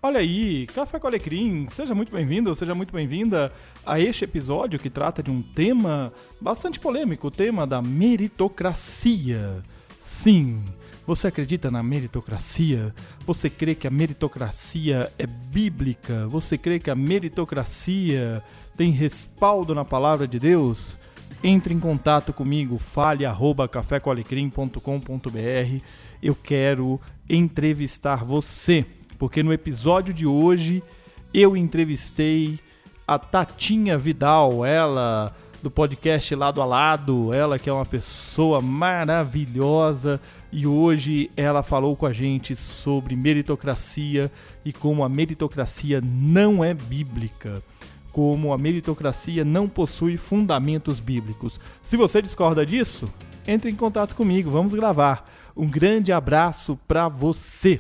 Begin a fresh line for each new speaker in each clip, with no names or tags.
Olha aí, Café com Alecrim, seja muito bem-vindo, seja muito bem-vinda a este episódio que trata de um tema bastante polêmico, o tema da meritocracia. Sim, você acredita na meritocracia? Você crê que a meritocracia é bíblica? Você crê que a meritocracia tem respaldo na palavra de Deus? Entre em contato comigo, fale@cafécoalecrim.com.br. Eu quero entrevistar você. Porque no episódio de hoje eu entrevistei a Tatinha Vidal, ela do podcast Lado a Lado, ela que é uma pessoa maravilhosa, e hoje ela falou com a gente sobre meritocracia e como a meritocracia não é bíblica, como a meritocracia não possui fundamentos bíblicos. Se você discorda disso, entre em contato comigo, vamos gravar. Um grande abraço para você.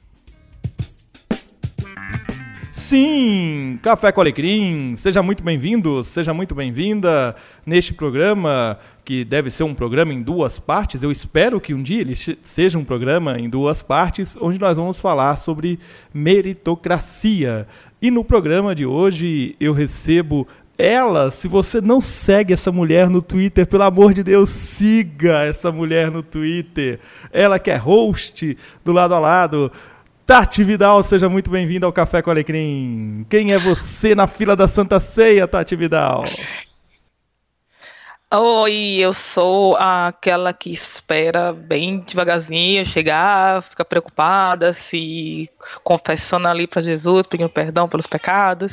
Sim, Café com Alecrim, seja muito bem-vindo, seja muito bem-vinda neste programa, que deve ser um programa em duas partes. Eu espero que um dia ele seja um programa em duas partes, onde nós vamos falar sobre meritocracia. E no programa de hoje eu recebo ela. Se você não segue essa mulher no Twitter, pelo amor de Deus, siga essa mulher no Twitter. Ela que é host do Lado a Lado. Tati Vidal, seja muito bem-vinda ao Café com Alecrim. Quem é você na fila da Santa Ceia, Tati Vidal?
Oi, eu sou aquela que espera bem devagarzinho chegar, fica preocupada, se confessando ali para Jesus, pedindo perdão pelos pecados,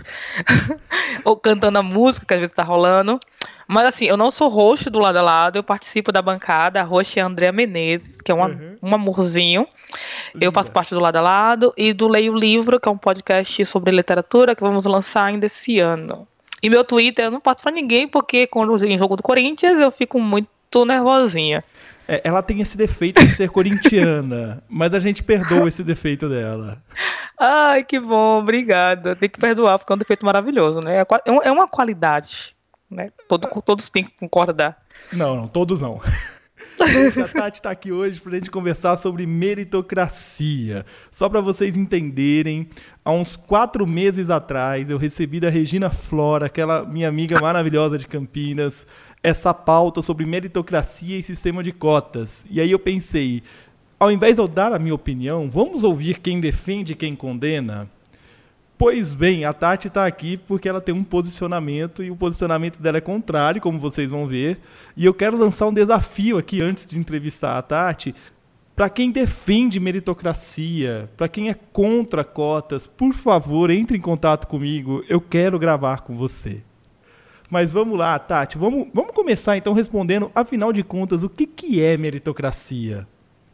ou cantando a música que às vezes tá rolando. Mas assim, eu não sou host do Lado a Lado, eu participo da bancada, a host é a Andrea Menezes, que é um amorzinho. Eu faço
Linda.
parte do Lado a Lado e do Leio o Livro, que é um podcast sobre literatura que vamos lançar ainda esse ano. E meu Twitter eu não passo pra ninguém, porque quando em jogo do Corinthians eu fico muito nervosinha.
Ela tem esse defeito de ser corintiana, mas a gente perdoa esse defeito dela.
Ai, que bom, obrigada. Tem que perdoar, porque é um defeito maravilhoso, né? É uma qualidade, né? Todos têm que concordar.
Não, todos não. Gente, a Tati tá aqui hoje pra gente conversar sobre meritocracia. Só pra vocês entenderem, há uns 4 meses atrás eu recebi da Regina Flora, aquela minha amiga maravilhosa de Campinas, essa pauta sobre meritocracia e sistema de cotas. E aí eu pensei, ao invés de eu dar a minha opinião, vamos ouvir quem defende e quem condena? Pois bem, a Tati está aqui porque ela tem um posicionamento e o posicionamento dela é contrário, como vocês vão ver. E eu quero lançar um desafio aqui antes de entrevistar a Tati. Para quem defende meritocracia, para quem é contra cotas, por favor, entre em contato comigo. Eu quero gravar com você. Mas vamos lá, Tati. Vamos começar então respondendo, afinal de contas, o que é meritocracia?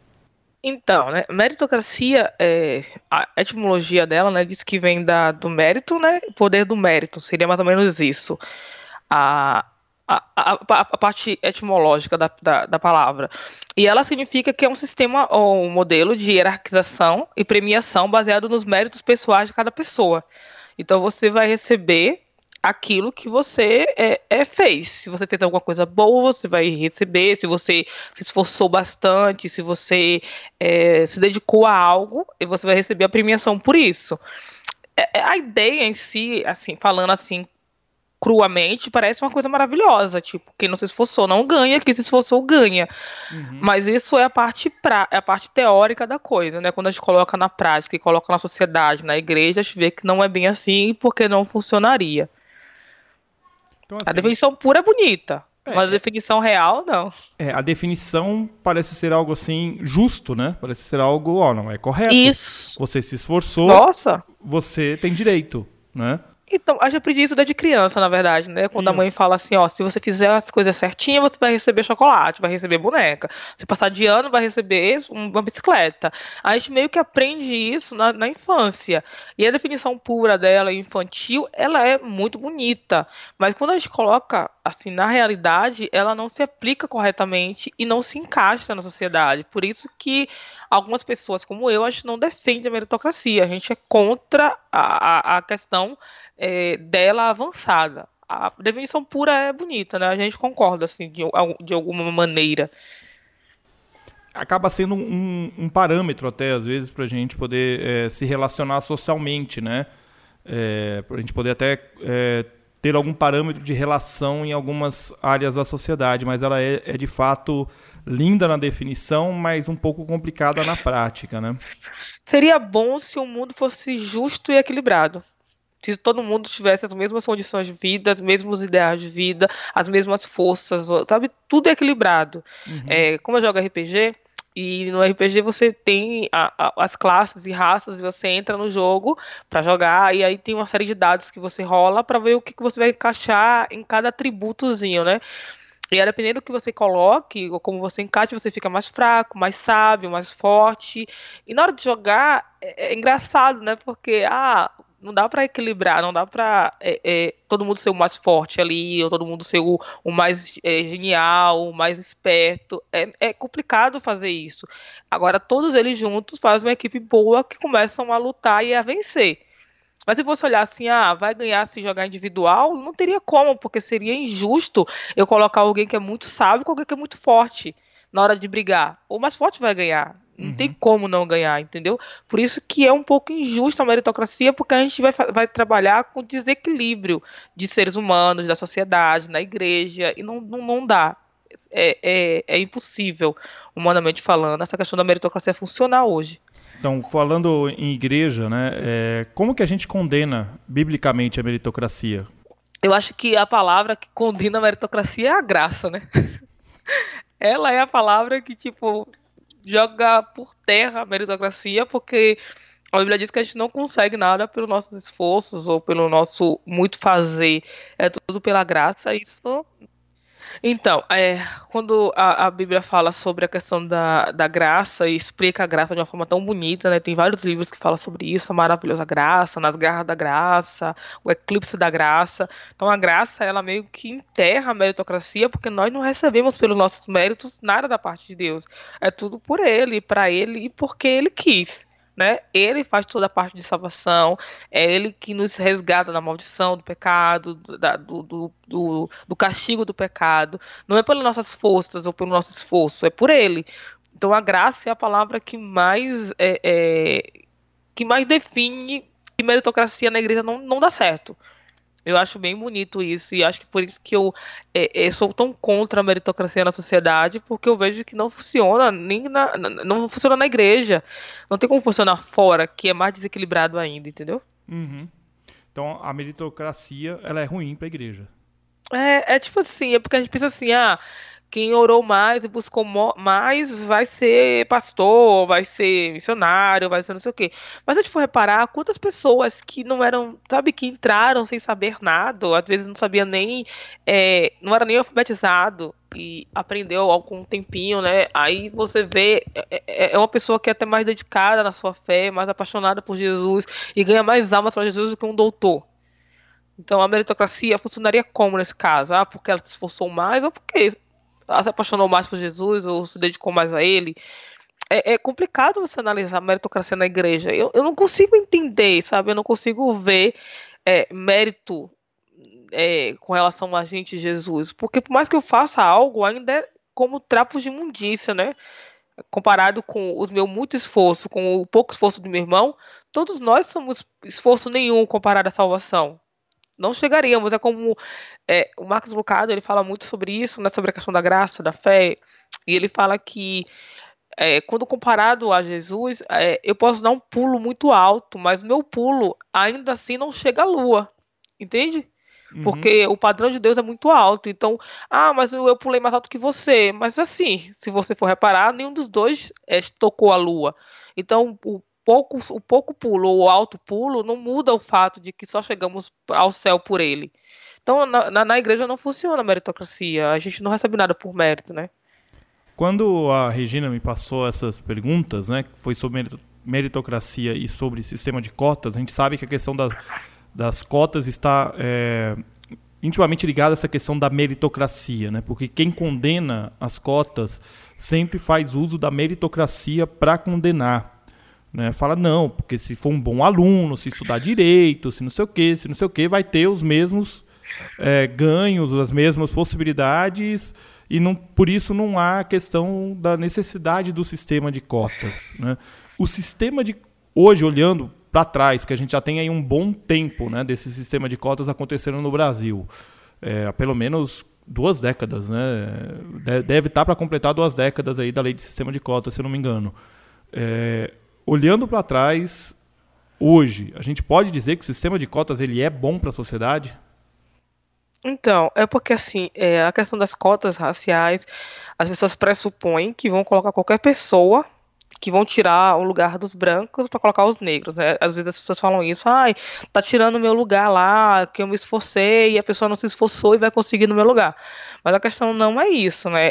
Então, né, meritocracia, a etimologia dela, né, diz que vem do mérito, né, poder do mérito, seria mais ou menos isso, a, a parte etimológica da palavra. E ela significa que é um sistema ou um modelo de hierarquização e premiação baseado nos méritos pessoais de cada pessoa. Então, você vai receber aquilo que você fez. Se você fez alguma coisa boa, você vai receber. Se você se esforçou bastante, se você se dedicou a algo, e você vai receber a premiação por isso. A ideia em si, assim, falando assim cruamente, parece uma coisa maravilhosa. Tipo, quem não se esforçou não ganha, quem se esforçou ganha.
Uhum.
Mas isso é é a parte teórica da coisa, né? Quando a gente coloca na prática e coloca na sociedade, na igreja, a gente vê que não é bem assim, porque não funcionaria.
Então,
A
assim,
definição pura é bonita, mas a
é,
definição real, não.
a definição parece ser algo assim justo, né? Parece ser algo, ó, não é correto.
Isso.
Você se esforçou,
Nossa.
você tem direito, né?
Então, a gente aprendi isso desde criança, na verdade, né? Quando a mãe
Isso.
fala assim, ó, se você fizer as coisas certinhas, você vai receber chocolate, vai receber boneca. Se passar de ano, vai receber uma bicicleta. A gente meio que aprende isso na infância. E a definição pura dela, infantil, ela é muito bonita. Mas quando a gente coloca, assim, na realidade, ela não se aplica corretamente e não se encaixa na sociedade. Por isso que algumas pessoas, como eu, a gente não defende a meritocracia. A gente é contra a questão dela avançada. A definição pura é bonita, né? A gente concorda, assim, de alguma maneira.
acaba sendo um parâmetro até, às vezes, para a gente poder se relacionar socialmente, né? Para a gente poder até ter algum parâmetro de relação em algumas áreas da sociedade, mas ela é de fato linda na definição, mas um pouco complicada na prática, né?
Seria bom se o mundo fosse justo e equilibrado. Se todo mundo tivesse as mesmas condições de vida, os mesmos ideais de vida, as mesmas forças, sabe? Tudo equilibrado.
Uhum.
Como eu jogo RPG, e no RPG você tem as classes e raças, e você entra no jogo para jogar, e aí tem uma série de dados que você rola para ver o que você vai encaixar em cada atributozinho, né? E aí, dependendo do que você coloque, ou como você encaixe, você fica mais fraco, mais sábio, mais forte. E na hora de jogar, é engraçado, né? Porque, não dá pra equilibrar, não dá pra todo mundo ser o mais forte ali, ou todo mundo ser o mais genial, o mais esperto. É complicado fazer isso. Agora, todos eles juntos fazem uma equipe boa que começam a lutar e a vencer. Mas se você olhar assim, vai ganhar se jogar individual, não teria como, porque seria injusto eu colocar alguém que é muito sábio com alguém que é muito forte na hora de brigar. O mais forte vai ganhar. Não tem
Uhum.
como não ganhar, entendeu? Por isso que é um pouco injusta a meritocracia, porque a gente vai trabalhar com desequilíbrio de seres humanos, da sociedade, na igreja, e não dá. É impossível, humanamente falando, essa questão da meritocracia funcionar hoje.
Então, falando em igreja, né, como que a gente condena biblicamente a meritocracia?
Eu acho que a palavra que condena a meritocracia é a graça, né? Ela é a palavra que, tipo, joga por terra a meritocracia, porque a Bíblia diz que a gente não consegue nada pelos nossos esforços ou pelo nosso muito fazer. É tudo pela graça. Isso então, quando a Bíblia fala sobre a questão da graça e explica a graça de uma forma tão bonita, né? Tem vários livros que falam sobre isso, a maravilhosa graça, nas garras da graça, o eclipse da graça. Então a graça, ela meio que enterra a meritocracia, porque nós não recebemos pelos nossos méritos nada da parte de Deus. É tudo por Ele, para Ele e porque Ele quis. Né? Ele faz toda a parte de salvação, é Ele que nos resgata da maldição, do pecado, do castigo do pecado. Não é pelas nossas forças ou pelo nosso esforço, é por Ele. Então a graça é a palavra que mais define que meritocracia na igreja não dá certo. Eu acho bem bonito isso, e acho que por isso que eu sou tão contra a meritocracia na sociedade, porque eu vejo que não funciona não funciona na igreja. Não tem como funcionar fora, que é mais desequilibrado ainda, entendeu?
Uhum. Então, a meritocracia, ela é ruim para a igreja.
É tipo assim, é porque a gente pensa assim, quem orou mais e buscou mais vai ser pastor, vai ser missionário, vai ser não sei o quê. Mas se a gente for reparar, quantas pessoas que não eram, sabe, que entraram sem saber nada, ou às vezes não sabia nem, não era nem alfabetizado, e aprendeu com um tempinho, né? Aí você vê, é uma pessoa que é até mais dedicada na sua fé, mais apaixonada por Jesus, e ganha mais almas para Jesus do que um doutor. Então a meritocracia funcionaria como nesse caso? Porque ela se esforçou mais ou porque ela se apaixonou mais por Jesus ou se dedicou mais a ele? É complicado você analisar a meritocracia na igreja. Eu não consigo entender, sabe? Eu não consigo ver mérito com relação a gente e Jesus. Porque por mais que eu faça algo, ainda é como trapos de imundícia, né? Comparado com o meu muito esforço, com o pouco esforço do meu irmão, todos nós somos esforço nenhum comparado à salvação. Não chegaríamos. É como o Marcos Lucado, ele fala muito sobre isso, né, sobre a questão da graça, da fé, e ele fala que quando comparado a Jesus, eu posso dar um pulo muito alto, mas meu pulo ainda assim não chega à lua, entende?
Uhum.
Porque o padrão de Deus é muito alto. Então, mas eu pulei mais alto que você. Mas assim, se você for reparar, nenhum dos dois tocou a lua. Então, o pouco pulo ou o alto pulo não muda o fato de que só chegamos ao céu por ele. Então, na igreja não funciona a meritocracia. A gente não recebe nada por mérito, né?
Quando a Regina me passou essas perguntas, né, que foi sobre meritocracia e sobre sistema de cotas, a gente sabe que a questão das cotas está intimamente ligada a essa questão da meritocracia, né? Porque quem condena as cotas sempre faz uso da meritocracia para condenar. Né? Fala, não, porque se for um bom aluno, se estudar direito, se não sei o quê, vai ter os mesmos ganhos, as mesmas possibilidades e não, por isso não há a questão da necessidade do sistema de cotas, né? O sistema de hoje, olhando para trás, que a gente já tem aí um bom tempo, né, desse sistema de cotas acontecendo no Brasil, há pelo menos 2 décadas, né? Deve estar para completar 2 décadas aí da lei de sistema de cotas, se eu não me engano. Olhando para trás, hoje, a gente pode dizer que o sistema de cotas ele é bom para a sociedade?
Então, é porque assim, a questão das cotas raciais, as pessoas pressupõem que vão colocar qualquer pessoa, que vão tirar o lugar dos brancos para colocar os negros, né? Às vezes as pessoas falam isso, ai, tá tirando o meu lugar lá, que eu me esforcei, e a pessoa não se esforçou e vai conseguir no meu lugar. Mas a questão não é isso, né?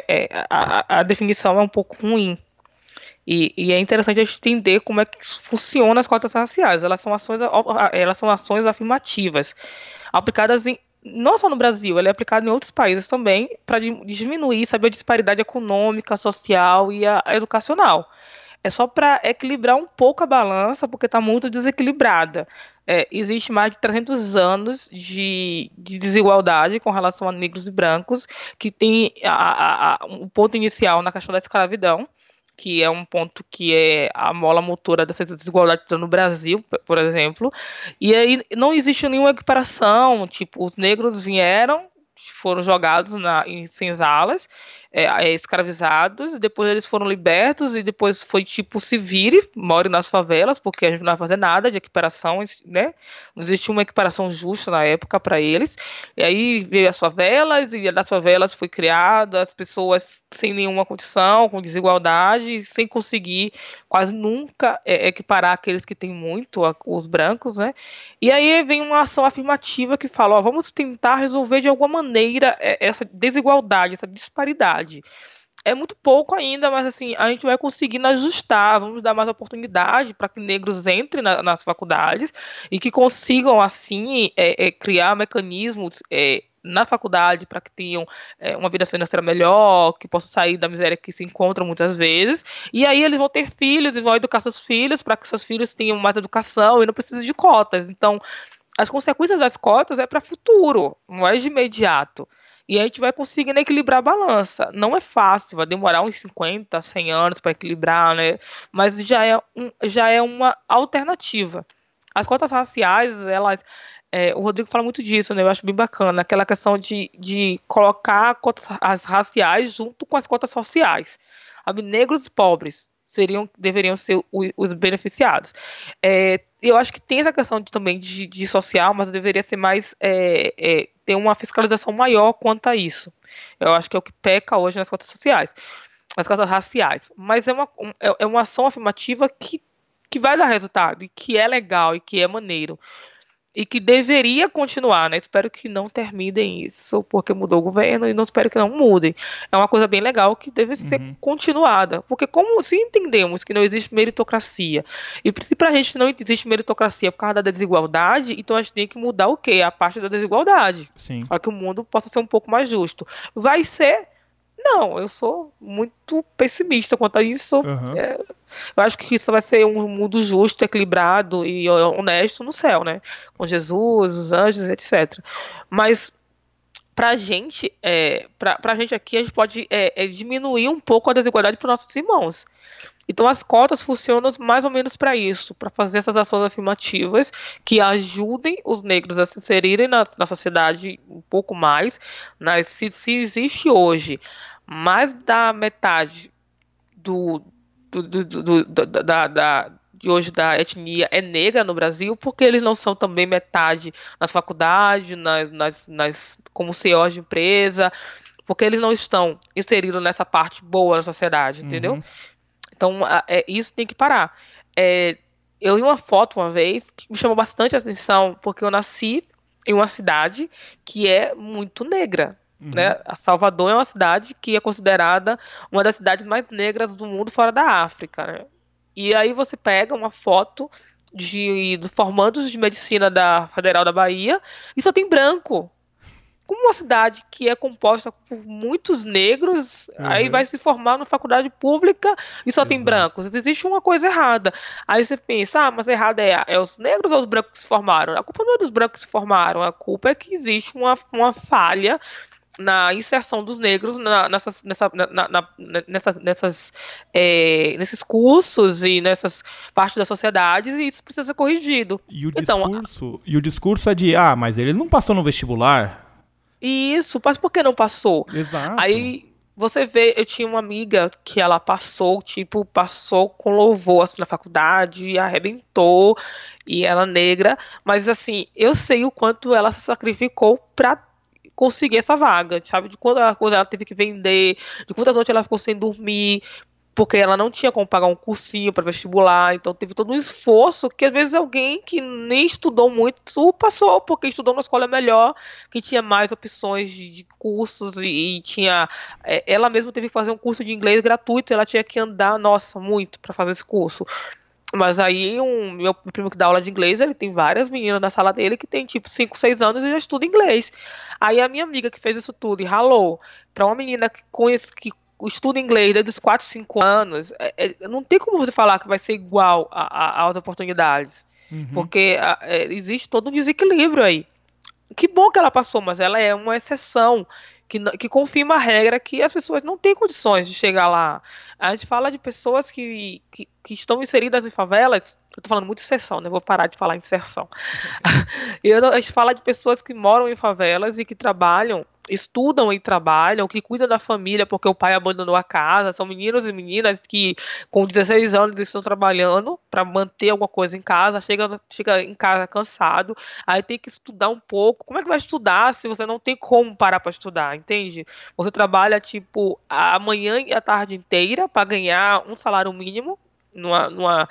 A definição é um pouco ruim. E é interessante a gente entender como é que funcionam as cotas raciais. Elas são ações afirmativas, aplicadas não só no Brasil, ela é aplicada em outros países também, para diminuir, sabe, a disparidade econômica, social e a educacional. É só para equilibrar um pouco a balança, porque está muito desequilibrada. Existe mais de 300 anos de desigualdade com relação a negros e brancos, que tem um ponto inicial na questão da escravidão, que é um ponto que é a mola motora dessa desigualdade no Brasil, por exemplo. E aí não existe nenhuma equiparação, tipo, os negros vieram, foram jogados em senzalas, escravizados, e depois eles foram libertos, e depois foi tipo, se vire, more nas favelas, porque a gente não vai fazer nada de equiparação, né? Não existia uma equiparação justa na época para eles. E aí veio as favelas, e das favelas foi criada as pessoas sem nenhuma condição, com desigualdade, sem conseguir quase nunca equiparar aqueles que têm muito, os brancos, né? E aí vem uma ação afirmativa que fala, ó, vamos tentar resolver de alguma maneira essa desigualdade, essa disparidade. É muito pouco ainda, mas assim, a gente vai conseguindo ajustar, vamos dar mais oportunidade para que negros entrem nas faculdades e que consigam, assim, criar mecanismos na faculdade para que tenham uma vida financeira melhor, que possam sair da miséria que se encontram muitas vezes. E aí eles vão ter filhos e vão educar seus filhos para que seus filhos tenham mais educação e não precisem de cotas. Então, as consequências das cotas é para futuro, não é de imediato. E a gente vai conseguindo equilibrar a balança. Não é fácil, vai demorar uns 50, 100 anos para equilibrar, né? Mas já é uma alternativa. As cotas raciais, o Rodrigo fala muito disso, né? Eu acho bem bacana, aquela questão de colocar as raciais junto com as cotas sociais. Negros e pobres deveriam ser os beneficiados. Eu acho que tem essa questão também de social, mas deveria ser mais ter uma fiscalização maior quanto a isso. Eu acho que é o que peca hoje nas cotas sociais, nas cotas raciais. Mas é uma ação afirmativa que vai dar resultado, e que é legal, e que é maneiro. E que deveria continuar, né? Espero que não terminem isso, porque mudou o governo, e não espero que não mudem. É uma coisa bem legal que deve ser continuada. Porque como se entendemos que não existe meritocracia, e se pra gente não existe meritocracia por causa da desigualdade, então a gente tem que mudar o quê? A parte da desigualdade.
Sim.
Para que o mundo possa ser um pouco mais justo. Vai ser? Não, eu sou muito pessimista quanto a isso.
Uhum.
Eu acho que isso vai ser um mundo justo, equilibrado e honesto no céu, né? Com Jesus, os anjos, etc. Mas pra gente, pra gente aqui, a gente pode diminuir um pouco a desigualdade para os nossos irmãos. Então as cotas funcionam mais ou menos para isso, para fazer essas ações afirmativas que ajudem os negros a se inserirem na sociedade um pouco mais. Se existe hoje mais da metade do, de hoje da etnia é negra no Brasil, porque eles não são também metade nas faculdades, como CEOs de empresa, porque eles não estão inseridos nessa parte boa da sociedade, entendeu? Então, isso tem que parar. Eu vi uma foto uma vez que me chamou bastante atenção, porque eu nasci em uma cidade que é muito negra. Né? A Salvador é uma cidade que é considerada uma das cidades mais negras do mundo fora da África. Né? E aí você pega uma foto dos formandos de medicina da Federal da Bahia e só tem branco. Como uma cidade que é composta por muitos negros, aí vai se formar numa faculdade pública e só tem brancos. Existe uma coisa errada. Aí você pensa, mas errado é os negros ou os brancos que se formaram? A culpa não é dos brancos que se formaram, a culpa é que existe uma falha na inserção dos negros nesses cursos e nessas partes da sociedade, e isso precisa ser corrigido. Então,
E o discurso é de, mas ele não passou no vestibular.
isso, mas por que não passou?
Exato.
Aí você vê, eu tinha uma amiga que ela passou, tipo, passou com louvor assim, na faculdade, e arrebentou, e ela negra, mas assim, eu sei o quanto ela se sacrificou pra conseguir essa vaga, sabe? De quando ela teve que vender, de quantas noites ela ficou sem dormir, porque ela não tinha como pagar um cursinho para vestibular, então teve todo um esforço que às vezes alguém que nem estudou muito passou, porque estudou numa escola melhor, que tinha mais opções de cursos e tinha. Ela mesma teve que fazer um curso de inglês gratuito, ela tinha que andar, nossa, muito para fazer esse curso. Mas aí, meu primo que dá aula de inglês, ele tem várias meninas na sala dele que tem tipo 5, 6 anos e já estuda inglês. Aí a minha amiga que fez isso tudo e ralou para uma menina que estuda inglês desde os 4, 5 anos, não tem como você falar que vai ser igual às oportunidades.
Uhum.
Porque existe todo um desequilíbrio aí. Que bom que ela passou, mas ela é uma exceção que confirma a regra que as pessoas não têm condições de chegar lá. A gente fala de pessoas que estão inseridas em favelas. Eu tô falando muito inserção, né? Vou parar de falar inserção. A gente fala de pessoas que moram em favelas e que trabalham, estudam e trabalham, que cuidam da família porque o pai abandonou a casa. São meninos e meninas que com 16 anos estão trabalhando para manter alguma coisa em casa, chega em casa cansado, aí tem que estudar um pouco. Como é que vai estudar se você não tem como parar para estudar, entende? Você trabalha tipo a manhã e a tarde inteira para ganhar um salário mínimo numa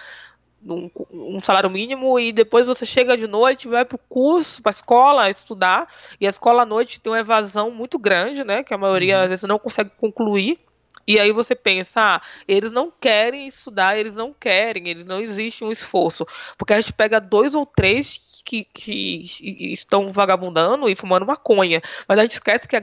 um salário mínimo, e depois você chega de noite, vai para o curso, para a escola estudar, e a escola à noite tem uma evasão muito grande, né, que a maioria às
Uhum.
vezes não consegue concluir, e aí você pensa, eles não querem estudar, eles não querem, eles não existe um esforço, porque a gente pega 2 ou 3 que estão vagabundando e fumando maconha, mas a gente esquece que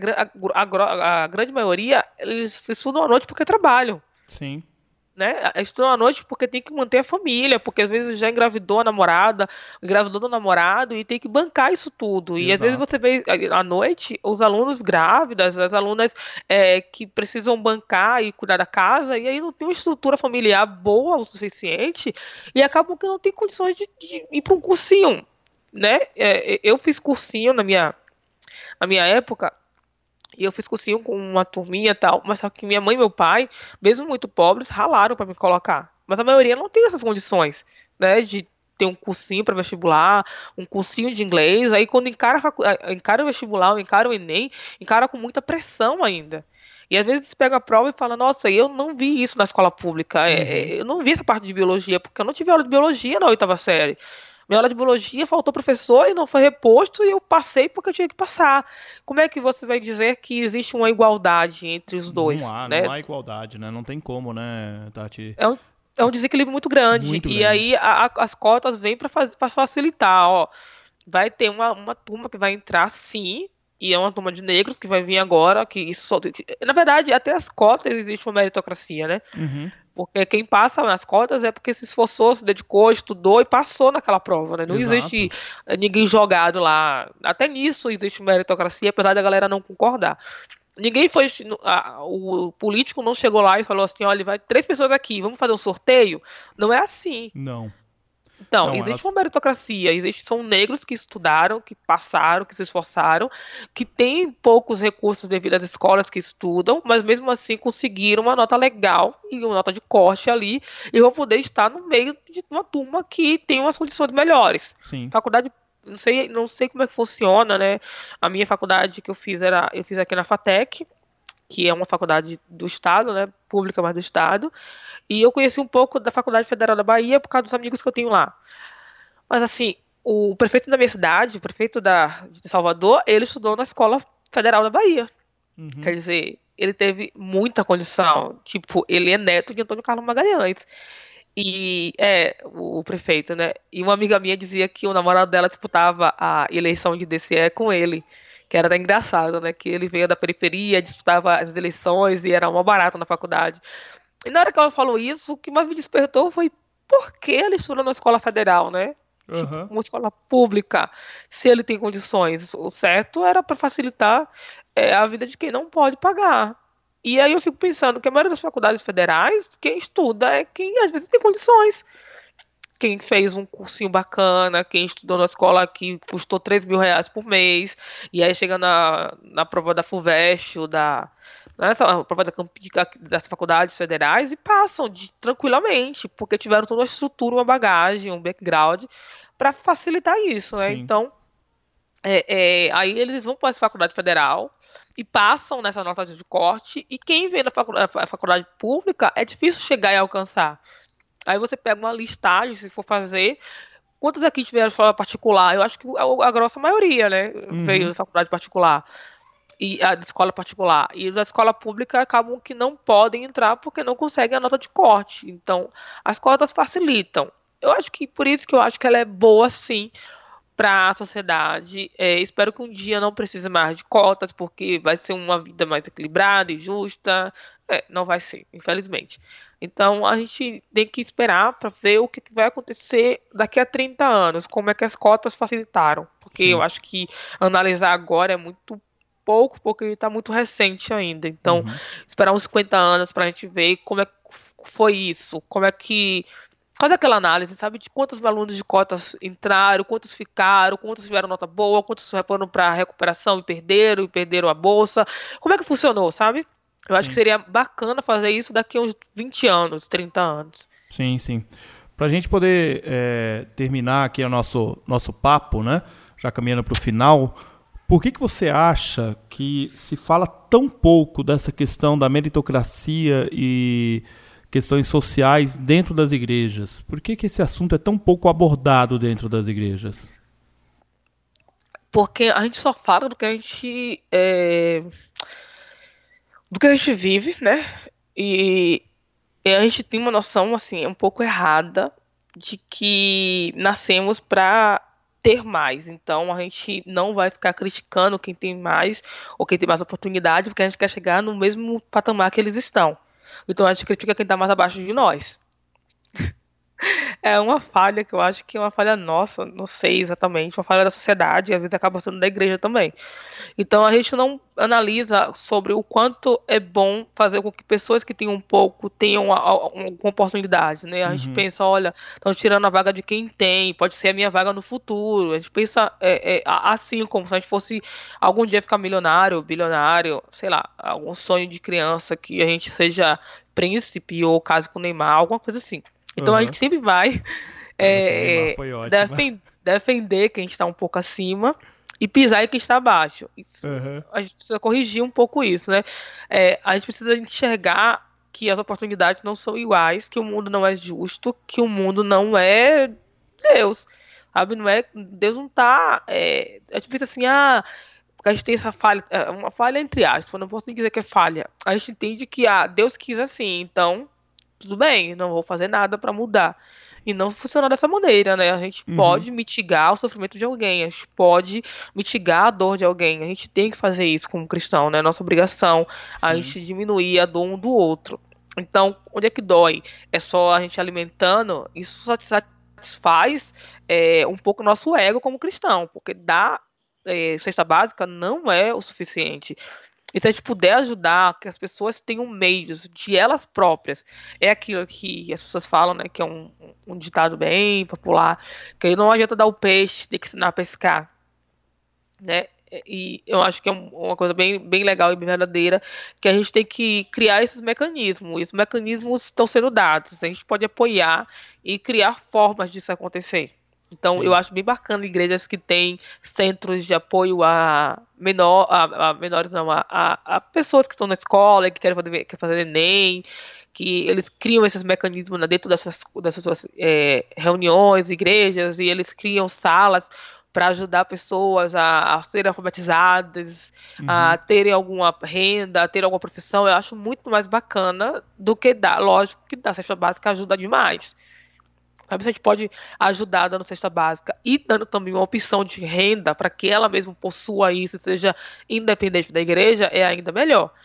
a grande maioria, eles estudam à noite porque trabalham,
Sim.
né? Estudam à noite porque tem que manter a família, porque às vezes já engravidou a namorada, engravidou do namorado e tem que bancar isso tudo. E às vezes
Exato.
você vê à noite os alunos grávidas, as alunas que precisam bancar e cuidar da casa, e aí não tem uma estrutura familiar boa o suficiente e acabam que não tem condições de ir para um cursinho, né? Eu fiz cursinho na minha época. E eu fiz cursinho com uma turminha e tal, mas só que minha mãe e meu pai, mesmo muito pobres, ralaram para me colocar. Mas a maioria não tem essas condições, né, de ter um cursinho para vestibular, um cursinho de inglês. Aí quando encara o vestibular, ou encara o Enem, encara com muita pressão ainda. E às vezes pega a prova e fala, nossa, eu não vi isso na escola pública,
Uhum.
eu não vi essa parte de biologia, porque eu não tive aula de biologia na oitava série. Minha aula de biologia faltou professor e não foi reposto e eu passei porque eu tinha que passar. Como é que você vai dizer que existe uma igualdade entre os dois,
Não
né?
há igualdade, né? Não tem como, né, Tati?
É um, é um desequilíbrio muito grande.
Muito
E
grande.
aí as cotas vêm para facilitar, ó. Vai ter uma turma que vai entrar, sim, e é uma turma de negros que vai vir agora, na verdade, até as cotas existe uma meritocracia, né?
Uhum.
Porque quem passa nas cotas é porque se esforçou, se dedicou, estudou e passou naquela prova, né? Não existe
Exato.
ninguém jogado lá. Até nisso existe meritocracia, apesar da galera não concordar. Ninguém foi. O político não chegou lá e falou assim: olha, vai 3 pessoas aqui, vamos fazer um sorteio. Não é assim.
Não.
Então,
Não,
existe
elas.
uma meritocracia, são negros que estudaram, que passaram, que se esforçaram, que têm poucos recursos devido às escolas que estudam, mas mesmo assim conseguiram uma nota legal e uma nota de corte ali, e vão poder estar no meio de uma turma que tem umas condições melhores.
Sim.
Faculdade, não sei como é que funciona, né? A minha faculdade que eu fiz aqui na FATEC, que é uma faculdade do estado, né? Pública, mas do estado. E eu conheci um pouco da Faculdade Federal da Bahia por causa dos amigos que eu tenho lá. Mas assim, o prefeito da minha cidade, o prefeito de Salvador, ele estudou na Escola Federal da Bahia.
Uhum.
Quer dizer, ele teve muita condição. Tipo, ele é neto de Antônio Carlos Magalhães. E o prefeito, né? E uma amiga minha dizia que o namorado dela disputava a eleição de DCE com ele. Que era até engraçado, né? Que ele veio da periferia, disputava as eleições e era mó barato na faculdade. E na hora que ela falou isso, o que mais me despertou foi por que ele estuda na escola federal, né? Tipo,
Aham.
uma escola pública, se ele tem condições. O certo era para facilitar. é a vida de quem não pode pagar. E aí eu fico pensando que a maioria das faculdades federais, quem estuda é quem às vezes tem condições. Quem fez um cursinho bacana, quem estudou na escola que custou R$ 3.000 por mês, e aí chega na prova da FUVEST, ou nessa prova das faculdades federais, e passam tranquilamente, porque tiveram toda uma estrutura, uma bagagem, um background, para facilitar isso, né?
Sim.
Então, aí eles vão para essa faculdade federal e passam nessa nota de corte, e quem vem da faculdade pública é difícil chegar e alcançar. Aí você pega uma listagem, se for fazer. Quantos aqui tiveram escola particular? Eu acho que a grossa maioria, né? Veio
Uhum.
da faculdade particular e a de escola particular. E da escola pública acabam que não podem entrar porque não conseguem a nota de corte. Então, as cotas facilitam. Eu acho que por isso que eu acho que ela é boa, sim, para a sociedade. Espero que um dia não precise mais de cotas, porque vai ser uma vida mais equilibrada e justa. Não vai ser, infelizmente. Então a gente tem que esperar para ver o que vai acontecer daqui a 30 anos, como é que as cotas facilitaram. Porque eu
Sim.
acho que analisar agora é muito pouco, porque está muito recente ainda. Então,
Uhum.
esperar uns 50 anos para a gente ver como é que foi isso, como é que faz aquela análise, sabe, de quantos alunos de cotas entraram, quantos ficaram, quantos tiveram nota boa, quantos foram para recuperação e perderam a bolsa. Como é que funcionou, sabe? Eu acho que
Sim.
seria bacana fazer isso daqui a uns 20 anos, 30 anos.
Sim, sim. Para a gente poder terminar aqui o nosso papo, né? Já caminhando para o final, por que você acha que se fala tão pouco dessa questão da meritocracia e questões sociais dentro das igrejas? Por que esse assunto é tão pouco abordado dentro das igrejas?
Porque a gente só fala do que a gente vive, né? E, e a gente tem uma noção, assim, um pouco errada de que nascemos para ter mais. Então a gente não vai ficar criticando quem tem mais ou quem tem mais oportunidade, porque a gente quer chegar no mesmo patamar que eles estão. Então a gente critica quem está mais abaixo de nós. É uma falha que eu acho que é uma falha nossa, não sei exatamente, uma falha da sociedade, e às vezes acaba sendo da igreja também. Então a gente não analisa sobre o quanto é bom fazer com que pessoas que têm um pouco tenham uma oportunidade, né? A gente
Uhum.
pensa, olha, estão tirando a vaga de quem tem, pode ser a minha vaga no futuro. A gente pensa assim, como se a gente fosse algum dia ficar milionário, bilionário, sei lá, algum sonho de criança que a gente seja príncipe ou case com o Neymar, alguma coisa assim. Então a
Uhum.
gente sempre vai
Casa com o Neymar foi ótima.
defender quem está um pouco acima e pisar em quem está abaixo.
Uhum.
A gente precisa corrigir um pouco isso, né? A gente precisa enxergar que as oportunidades não são iguais, que o mundo não é justo, que o mundo não é Deus, sabe? Não é, Deus não tá. A gente pensa assim, porque a gente tem essa falha, uma falha entre aspas, eu não posso nem dizer que é falha. A gente entende que Deus quis assim, então tudo bem, não vou fazer nada para mudar. E não funciona dessa maneira, né? A gente
Uhum.
pode mitigar o sofrimento de alguém, a gente pode mitigar a dor de alguém. A gente tem que fazer isso como cristão, né? Nossa obrigação a
Sim.
gente diminuir a dor um do outro. Então, onde é que dói? É só a gente alimentando? Isso satisfaz um pouco o nosso ego como cristão, porque dar cesta básica não é o suficiente. E se a gente puder ajudar que as pessoas tenham meios de elas próprias, é aquilo que as pessoas falam, né, que é um ditado bem popular, que aí não adianta dar o peixe, tem que ensinar a pescar, né? E eu acho que é uma coisa bem, bem legal e bem verdadeira, que a gente tem que criar esses mecanismos. E os mecanismos estão sendo dados. A gente pode apoiar e criar formas disso acontecer. Então, eu
Sim.
acho bem bacana igrejas que têm centros de apoio a menores, não, a pessoas que estão na escola e que querem fazer Enem, que eles criam esses mecanismos, né, dentro dessas suas reuniões, igrejas, e eles criam salas para ajudar pessoas a serem alfabetizadas, a
Uhum.
terem alguma renda, a terem alguma profissão. Eu acho muito mais bacana do que dar. Lógico que dar cesta básica ajuda demais. Sabe, se a gente pode ajudar dando cesta básica e dando também uma opção de renda para que ela mesma possua isso, seja independente da igreja, é ainda melhor.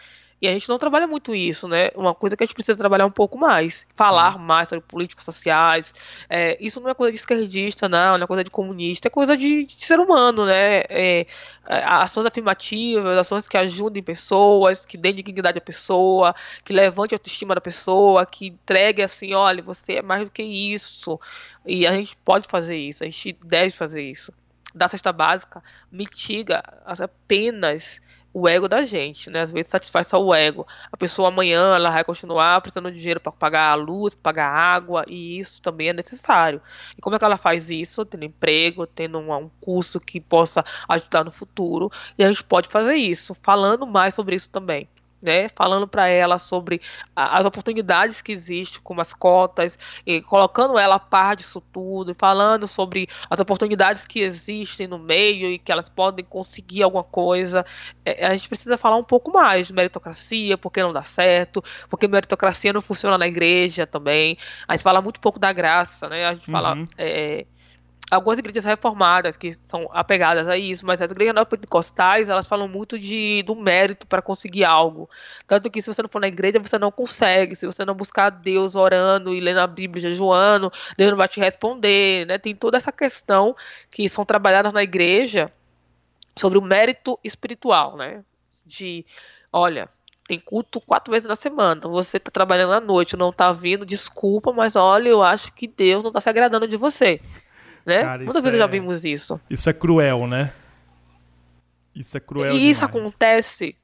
E a gente não trabalha muito isso, né? Uma coisa que a gente precisa trabalhar um pouco mais. Falar
Sim.
mais sobre políticas sociais. Isso não é coisa de esquerdista, não é coisa de comunista, é coisa de ser humano, né? Ações afirmativas, ações que ajudem pessoas, que deem dignidade à pessoa, que levante a autoestima da pessoa, que entregue assim, olha, você é mais do que isso. E a gente pode fazer isso, a gente deve fazer isso. Da cesta básica mitiga apenas o ego da gente, né? Às vezes satisfaz só o ego. A pessoa amanhã ela vai continuar precisando de dinheiro para pagar a luz, pra pagar a água, e isso também é necessário. E como é que ela faz isso? Tendo emprego, tendo um curso que possa ajudar no futuro. E a gente pode fazer isso, falando mais sobre isso também. Né, falando para ela sobre as oportunidades que existem, como as cotas, e colocando ela a par disso tudo, e falando sobre as oportunidades que existem no meio e que elas podem conseguir alguma coisa. A gente precisa falar um pouco mais de meritocracia, porque não dá certo, porque meritocracia não funciona na igreja também. A gente fala muito pouco da graça, né? A gente fala
Uhum.
algumas igrejas reformadas que são apegadas a isso, mas as igrejas neopentecostais, elas falam muito do mérito para conseguir algo. Tanto que se você não for na igreja, você não consegue. Se você não buscar Deus orando e lendo a Bíblia, jejuando, Deus não vai te responder, né? Tem toda essa questão que são trabalhadas na igreja sobre o mérito espiritual, né? De, olha, tem culto 4 vezes na semana, você está trabalhando à noite, não está vindo, desculpa, mas olha, eu acho que Deus não está se agradando de você, né?
Cara,
Muitas vezes já vimos isso.
isso é cruel, né? Isso é cruel
E isso
demais.
acontece.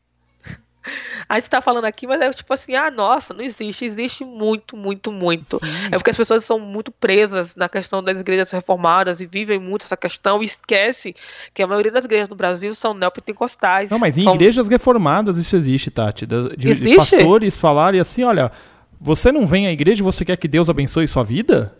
A gente tá falando aqui, mas é tipo assim, nossa, não existe. Existe muito, muito, muito. É
Sim.
porque as pessoas são muito presas na questão das igrejas reformadas e vivem muito essa questão e esquece que a maioria das igrejas do Brasil são
Não,
neopentecostais.
mas em igrejas reformadas isso existe, Tati. De
Existe?
pastores falarem assim, olha, você não vem à igreja e você quer que Deus abençoe sua vida?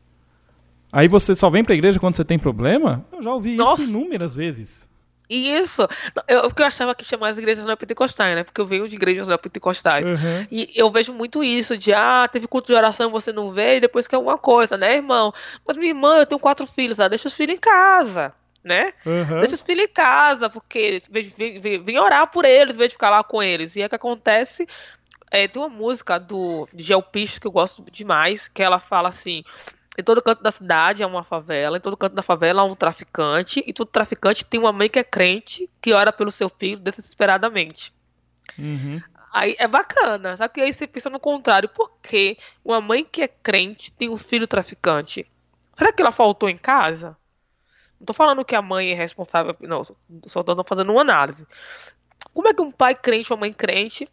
Aí você só vem pra igreja quando você tem problema? Eu já ouvi isso
Nossa,
inúmeras vezes.
e isso, porque eu achava que chamava as igrejas neopentecostais, né? Porque eu venho de igrejas neopentecostais.
Aham,
E eu vejo muito isso, teve culto de oração, você não veio, e depois quer alguma coisa, né, irmão? Mas minha irmã, eu tenho 4 filhos, deixa os filhos em casa, né?
aham.
Deixa os filhos em casa, porque vem orar por eles, em vez de ficar lá com eles. E é que acontece, tem uma música de Gel Pisto que eu gosto demais, que ela fala assim: em todo canto da cidade há uma favela, em todo canto da favela há um traficante, e todo traficante tem uma mãe que é crente, que ora pelo seu filho desesperadamente.
Uhum.
Aí é bacana, só que aí você pensa no contrário, por que uma mãe que é crente tem um filho traficante? Será que ela faltou em casa? Não tô falando que a mãe é responsável, não, só tô fazendo uma análise. Como é que um pai crente ou uma mãe crente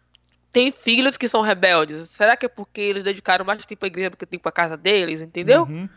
tem filhos que são rebeldes? Será que é porque eles dedicaram mais tempo à igreja do que tempo à casa deles, entendeu?
Uhum.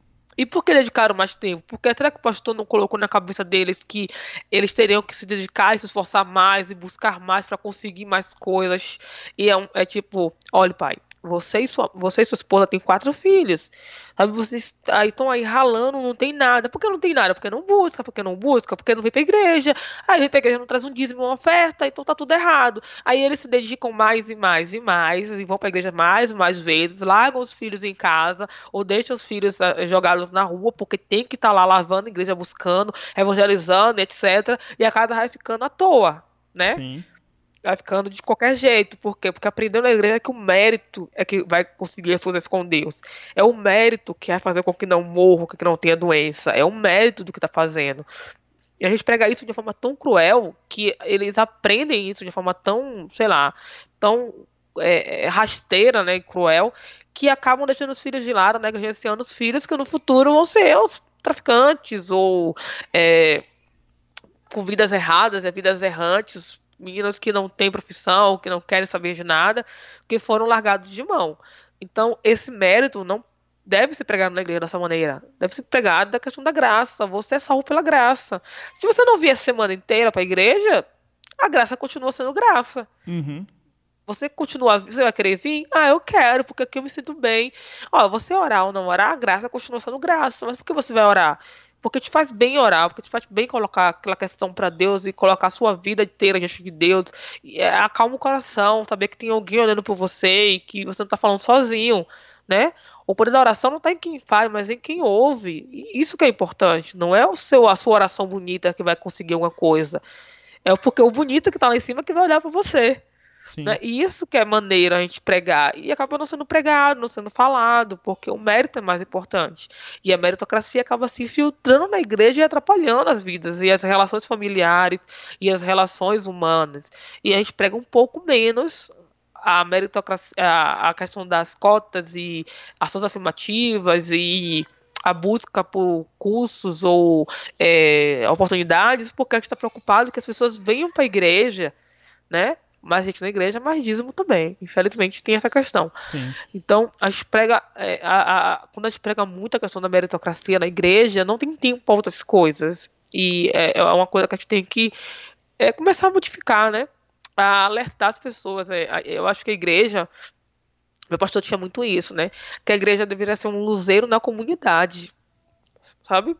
E por que dedicaram mais tempo? Porque será que o pastor não colocou na cabeça deles que eles teriam que se dedicar e se esforçar mais e buscar mais para conseguir mais coisas? E é tipo, olha, pai, você e sua esposa têm 4 filhos. Sabe, vocês aí estão aí ralando, não tem nada. Por que não tem nada? Porque não busca, porque não busca, porque não vem pra igreja. Aí vem pra igreja, não traz um dízimo, uma oferta, então tá tudo errado. Aí eles se dedicam mais e mais e mais, e vão pra igreja mais e mais vezes, largam os filhos em casa, ou deixam os filhos jogados na rua, porque tem que estar lá lavando a igreja, buscando, evangelizando, etc. E a casa vai ficando à toa, né?
Sim.
Vai ficando de qualquer jeito. Por quê? Porque aprendeu na igreja que o mérito é que vai conseguir as coisas com Deus. É o mérito que vai fazer com que não morra, que não tenha doença. É o mérito do que está fazendo. E a gente prega isso de uma forma tão cruel que eles aprendem isso de uma forma tão, sei lá, tão rasteira, né, e cruel, que acabam deixando os filhos de lado, negligenciando os filhos que no futuro vão ser os traficantes ou com vidas erradas, vidas errantes, meninos que não têm profissão, que não querem saber de nada, que foram largados de mão. Então, esse mérito não deve ser pregado na igreja dessa maneira. Deve ser pregado da questão da graça. Você é salvo pela graça. Se você não vier a semana inteira para a igreja, a graça continua sendo graça.
Uhum.
Você vai querer vir? Eu quero, porque aqui eu me sinto bem. Ó, você orar ou não orar, a graça continua sendo graça. Mas por que você vai orar? Porque te faz bem orar, porque te faz bem colocar aquela questão para Deus e colocar a sua vida inteira diante de Deus. E acalma o coração, saber que tem alguém olhando por você e que você não tá falando sozinho, né? O poder da oração não está em quem faz, mas em quem ouve. E isso que é importante. Não é a sua oração bonita que vai conseguir alguma coisa. É porque o bonito que tá lá em cima que vai olhar para você.
Sim,
né? E isso que é maneiro a gente pregar. E acaba não sendo pregado, não sendo falado, porque o mérito é mais importante. E a meritocracia acaba se infiltrando na igreja e atrapalhando as vidas, e as relações familiares, e as relações humanas. E a gente prega um pouco menos a meritocracia, a questão das cotas e ações afirmativas e a busca por cursos ou oportunidades, porque a gente está preocupado que as pessoas venham para a igreja, né? Mais gente na igreja, mais dízimo também. Infelizmente tem essa questão.
sim.
Então, a gente prega, quando a gente prega muito a questão da meritocracia na igreja, não tem tempo para outras coisas. E é uma coisa que a gente tem que começar a modificar, né? A alertar as pessoas. Eu acho que a igreja, meu pastor tinha muito isso, né? Que a igreja deveria ser um luzeiro na comunidade, sabe?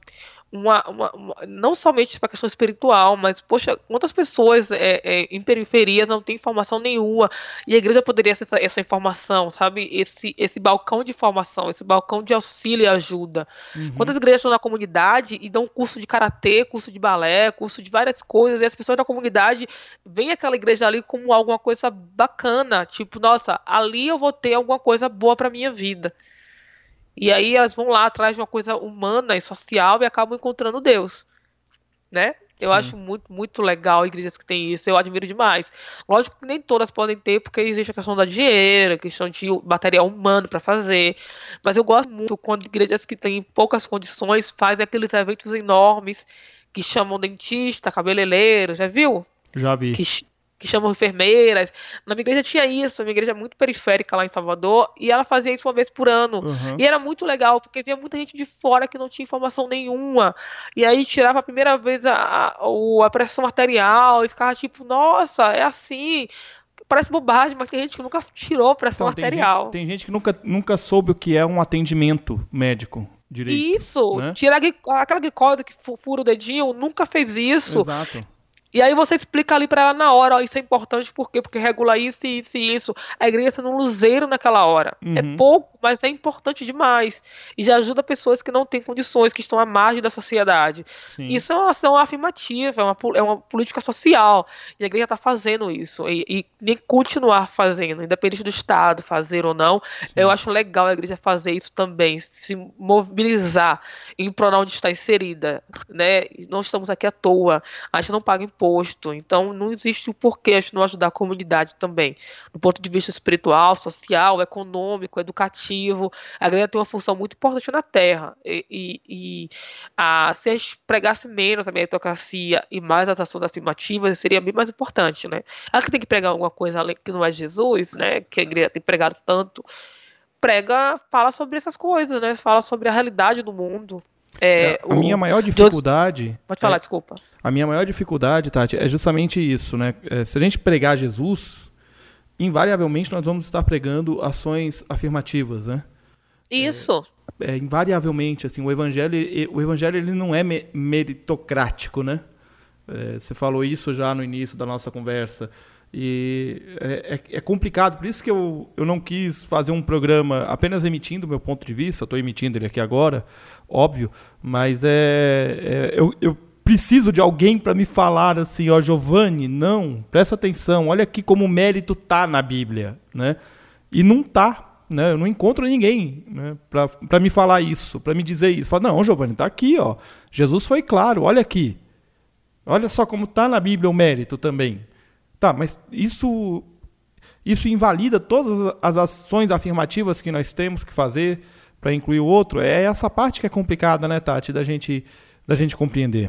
Não somente para a questão espiritual, mas, poxa, quantas pessoas em periferias não têm informação nenhuma, e a igreja poderia ser essa informação, sabe? Esse balcão de informação, esse balcão de auxílio e ajuda.
Uhum.
Quantas igrejas estão na comunidade e dão curso de karatê, curso de balé, curso de várias coisas, e as pessoas da comunidade veem aquela igreja ali como alguma coisa bacana, tipo, nossa, ali eu vou ter alguma coisa boa para minha vida. E aí elas vão lá atrás de uma coisa humana e social e acabam encontrando Deus, né? Eu
Sim.
acho muito, muito legal igrejas que têm isso, eu admiro demais. Lógico que nem todas podem ter, porque existe a questão da dinheiro, a questão de material humano para fazer. Mas eu gosto muito quando igrejas que têm poucas condições fazem aqueles eventos enormes que chamam dentista, cabeleireiro, já viu?
Já vi.
que, que chamam enfermeiras. Na minha igreja tinha isso, a minha igreja é muito periférica lá em Salvador, e ela fazia isso uma vez por ano.
Uhum.
E era muito legal, porque vinha muita gente de fora que não tinha informação nenhuma. E aí tirava a primeira vez a pressão arterial e ficava tipo, nossa, é assim. Parece bobagem, mas tem gente que nunca tirou a pressão
Então,
arterial.
tem gente que nunca soube o que é um atendimento médico
E
direito,
isso,
né?
tirar aquela glicose que fura o dedinho, nunca fez isso.
Exato.
E aí você explica ali pra ela na hora, ó, isso é importante por quê? Porque regula isso, isso e isso. A igreja sendo um luzeiro naquela hora. É
Uhum.
pouco, mas é importante demais. E já ajuda pessoas que não têm condições, que estão à margem da sociedade.
Sim.
Isso é uma ação afirmativa, é uma política social. E a igreja está fazendo isso. E nem continuar fazendo, independente do Estado fazer ou não. Eu
Sim.
acho legal a igreja fazer isso também, se mobilizar em prol onde está inserida. Né? Não estamos aqui à toa, a gente não paga imposto, então não existe o porquê a gente não ajudar a comunidade também. Do ponto de vista espiritual, social, econômico, educativo, a igreja tem uma função muito importante na Terra. Se a gente pregasse menos a meritocracia e mais as ações afirmativas, seria bem mais importante, né? Ela que tem que pregar alguma coisa além que não é Jesus, né? Que a igreja tem pregado tanto, prega, fala sobre essas coisas, né? Fala sobre a realidade do mundo.
É, a minha maior
Deus,
dificuldade
pode falar,
é
desculpa.
a minha maior dificuldade, Tati, é justamente isso, né? Se a gente pregar Jesus, invariavelmente nós vamos estar pregando ações afirmativas, né?
Isso.
Invariavelmente, assim, o evangelho ele não é meritocrático, né? Você falou isso já no início da nossa conversa. E é complicado, por isso que eu não quis fazer um programa apenas emitindo o meu ponto de vista, eu estou emitindo ele aqui agora, óbvio, mas eu preciso de alguém para me falar assim, ó, Giovanni, não, presta atenção, olha aqui como o mérito tá na Bíblia, né? E não tá, né? Eu não encontro ninguém, né, para me falar isso, para me dizer isso. Fala, não, Giovanni, tá aqui, ó. Jesus foi claro, olha aqui. Olha só como tá na Bíblia o mérito também. Tá, mas isso invalida todas as ações afirmativas que nós temos que fazer para incluir o outro. É essa parte que é complicada, né, Tati, da gente compreender.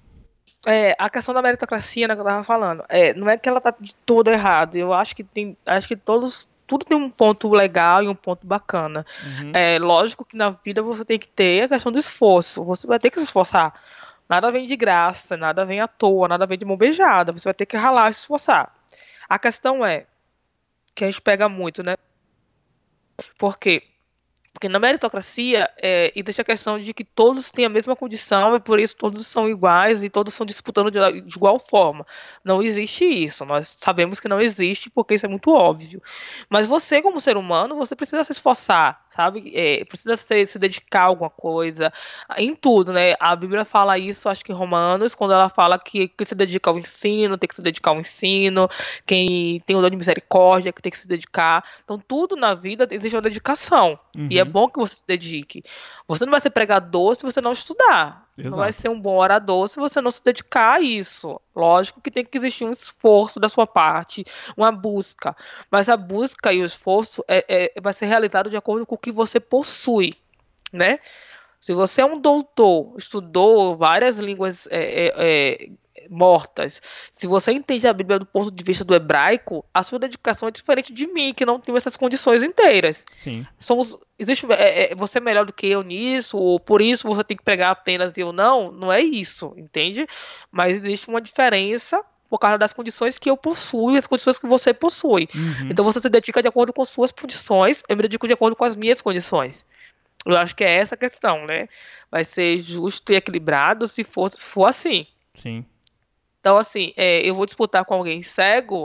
A questão da meritocracia, né, que eu tava falando, não é que ela tá de todo errado. Eu acho que tudo tem um ponto legal e um ponto bacana.
Uhum.
É lógico que na vida você tem que ter a questão do esforço. Você vai ter que se esforçar. Nada vem de graça, nada vem à toa, nada vem de mão beijada. Você vai ter que ralar e se esforçar. A questão é que a gente pega muito, né? Por quê? Porque na meritocracia existe a questão de que todos têm a mesma condição e por isso todos são iguais e todos estão disputando de igual forma. Não existe isso. Nós sabemos que não existe porque isso é muito óbvio. Mas você, como ser humano, você precisa se esforçar. sabe? Precisa se dedicar a alguma coisa, em tudo, né? A Bíblia fala isso, acho que em Romanos, quando ela fala que se dedica ao ensino, tem que se dedicar ao ensino, quem tem o dom de misericórdia, que tem que se dedicar. Então, tudo na vida existe uma dedicação. E é bom que você se dedique. Você não vai ser pregador se você não estudar.
Exato.
Não vai ser um bom orador se você não se dedicar a isso. Lógico que tem que existir um esforço da sua parte, uma busca. Mas a busca e o esforço vai ser realizado de acordo com o que você possui, né? Se você é um doutor, estudou várias línguas mortas, se você entende a Bíblia do ponto de vista do hebraico, a sua dedicação é diferente de mim, que não tenho essas condições inteiras.
Sim.
Você é melhor do que eu nisso, ou por isso você tem que pregar apenas e eu não? Não é isso, entende? Mas existe uma diferença por causa das condições que eu possuo e as condições que você possui. Então você se dedica de acordo com suas condições, eu me dedico de acordo com as minhas condições. Eu acho que é essa a questão, né? Vai ser justo e equilibrado se for assim.
Sim.
Então, assim, eu vou disputar com alguém cego,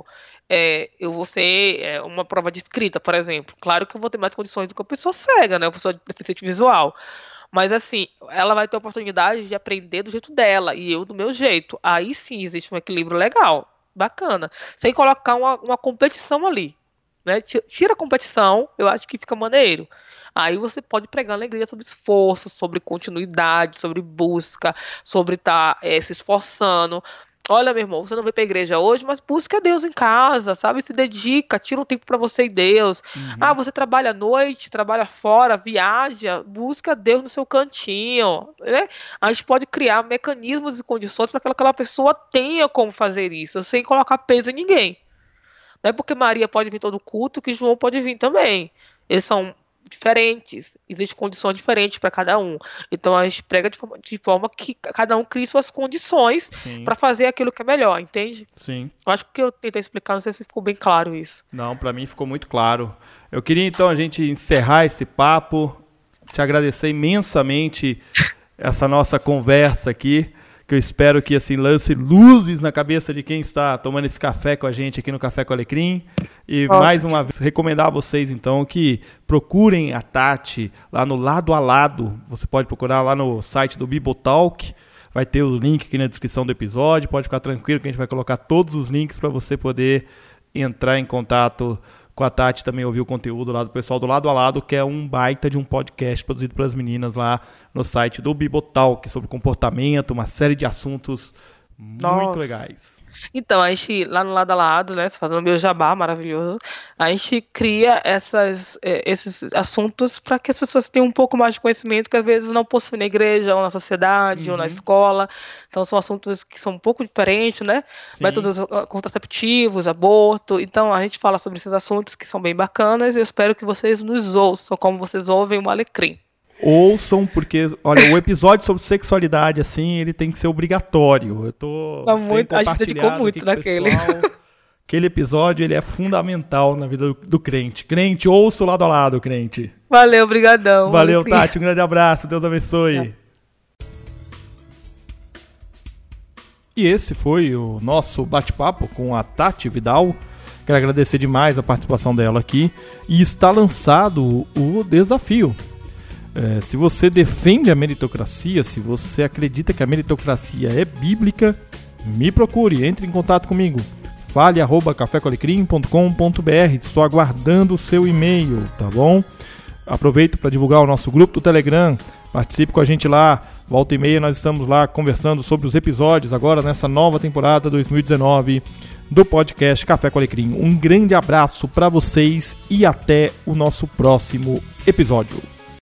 eu vou ser uma prova de escrita, por exemplo. Claro que eu vou ter mais condições do que uma pessoa cega, né? Uma pessoa deficiente visual. Mas, assim, ela vai ter a oportunidade de aprender do jeito dela e eu do meu jeito. Aí sim existe um equilíbrio legal, bacana. Sem colocar uma competição ali, né? Tira a competição, eu acho que fica maneiro. Aí você pode pregar alegria sobre esforço, sobre continuidade, sobre busca, sobre estar se esforçando. Olha, meu irmão, você não veio para a igreja hoje, mas busca Deus em casa, sabe? Se dedica, tira um tempo para você e Deus. Ah, você trabalha à noite, trabalha fora, viaja, busca Deus no seu cantinho, né? A gente pode criar mecanismos e condições para que aquela pessoa tenha como fazer isso, sem colocar peso em ninguém. Não é porque Maria pode vir todo culto que João pode vir também. Eles são diferentes, existem condições diferentes para cada um. Então a gente prega de forma que cada um crie suas condições para fazer aquilo que é melhor, entende?
Sim.
Eu acho que eu tentei explicar, não sei se ficou bem claro isso.
Não, para mim ficou muito claro. Eu queria então a gente encerrar esse papo, te agradecer imensamente essa nossa conversa aqui, que eu espero que assim lance luzes na cabeça de quem está tomando esse café com a gente aqui no Café com Alecrim. E mais uma vez, recomendar a vocês, então, que procurem a Tati lá no Lado a Lado. Você pode procurar lá no site do Bibotalk. Vai ter o link aqui na descrição do episódio. Pode ficar tranquilo que a gente vai colocar todos os links para você poder entrar em contato com a Tati, também ouvir o conteúdo lá do pessoal do Lado a Lado, que é um baita de um podcast produzido pelas meninas lá no site do Bibotalk, sobre comportamento, uma série de assuntos muito legais.
Então, a gente, lá no Lado a Lado, né, fazendo o meu jabá maravilhoso, a gente cria esses assuntos para que as pessoas tenham um pouco mais de conhecimento que às vezes não possuem na igreja, ou na sociedade, ou na escola. Então, são assuntos que são um pouco diferentes, né? Sim. Métodos contraceptivos, aborto. Então, a gente fala sobre esses assuntos que são bem bacanas e eu espero que vocês nos ouçam, como vocês ouvem o Alecrim.
Ouçam, porque, olha, o episódio sobre sexualidade, assim, ele tem que ser obrigatório. Eu tô
a gente dedicou muito naquele.
Aquele episódio, ele é fundamental na vida do crente. Crente, ouça o Lado a Lado, crente.
Valeu, obrigadão.
Valeu, Tati, um grande abraço, Deus abençoe. E esse foi o nosso bate-papo com a Tati Vidal. Quero agradecer demais a participação dela aqui. E está lançado o desafio. Se você defende a meritocracia, se você acredita que a meritocracia é bíblica, me procure, entre em contato comigo. fale@cafecoalecrim.com.br. Estou aguardando o seu e-mail, tá bom? Aproveito para divulgar o nosso grupo do Telegram. Participe com a gente lá. Volta e meia nós estamos lá conversando sobre os episódios agora nessa nova temporada 2019 do podcast Café com Alecrim. Um grande abraço para vocês e até o nosso próximo episódio.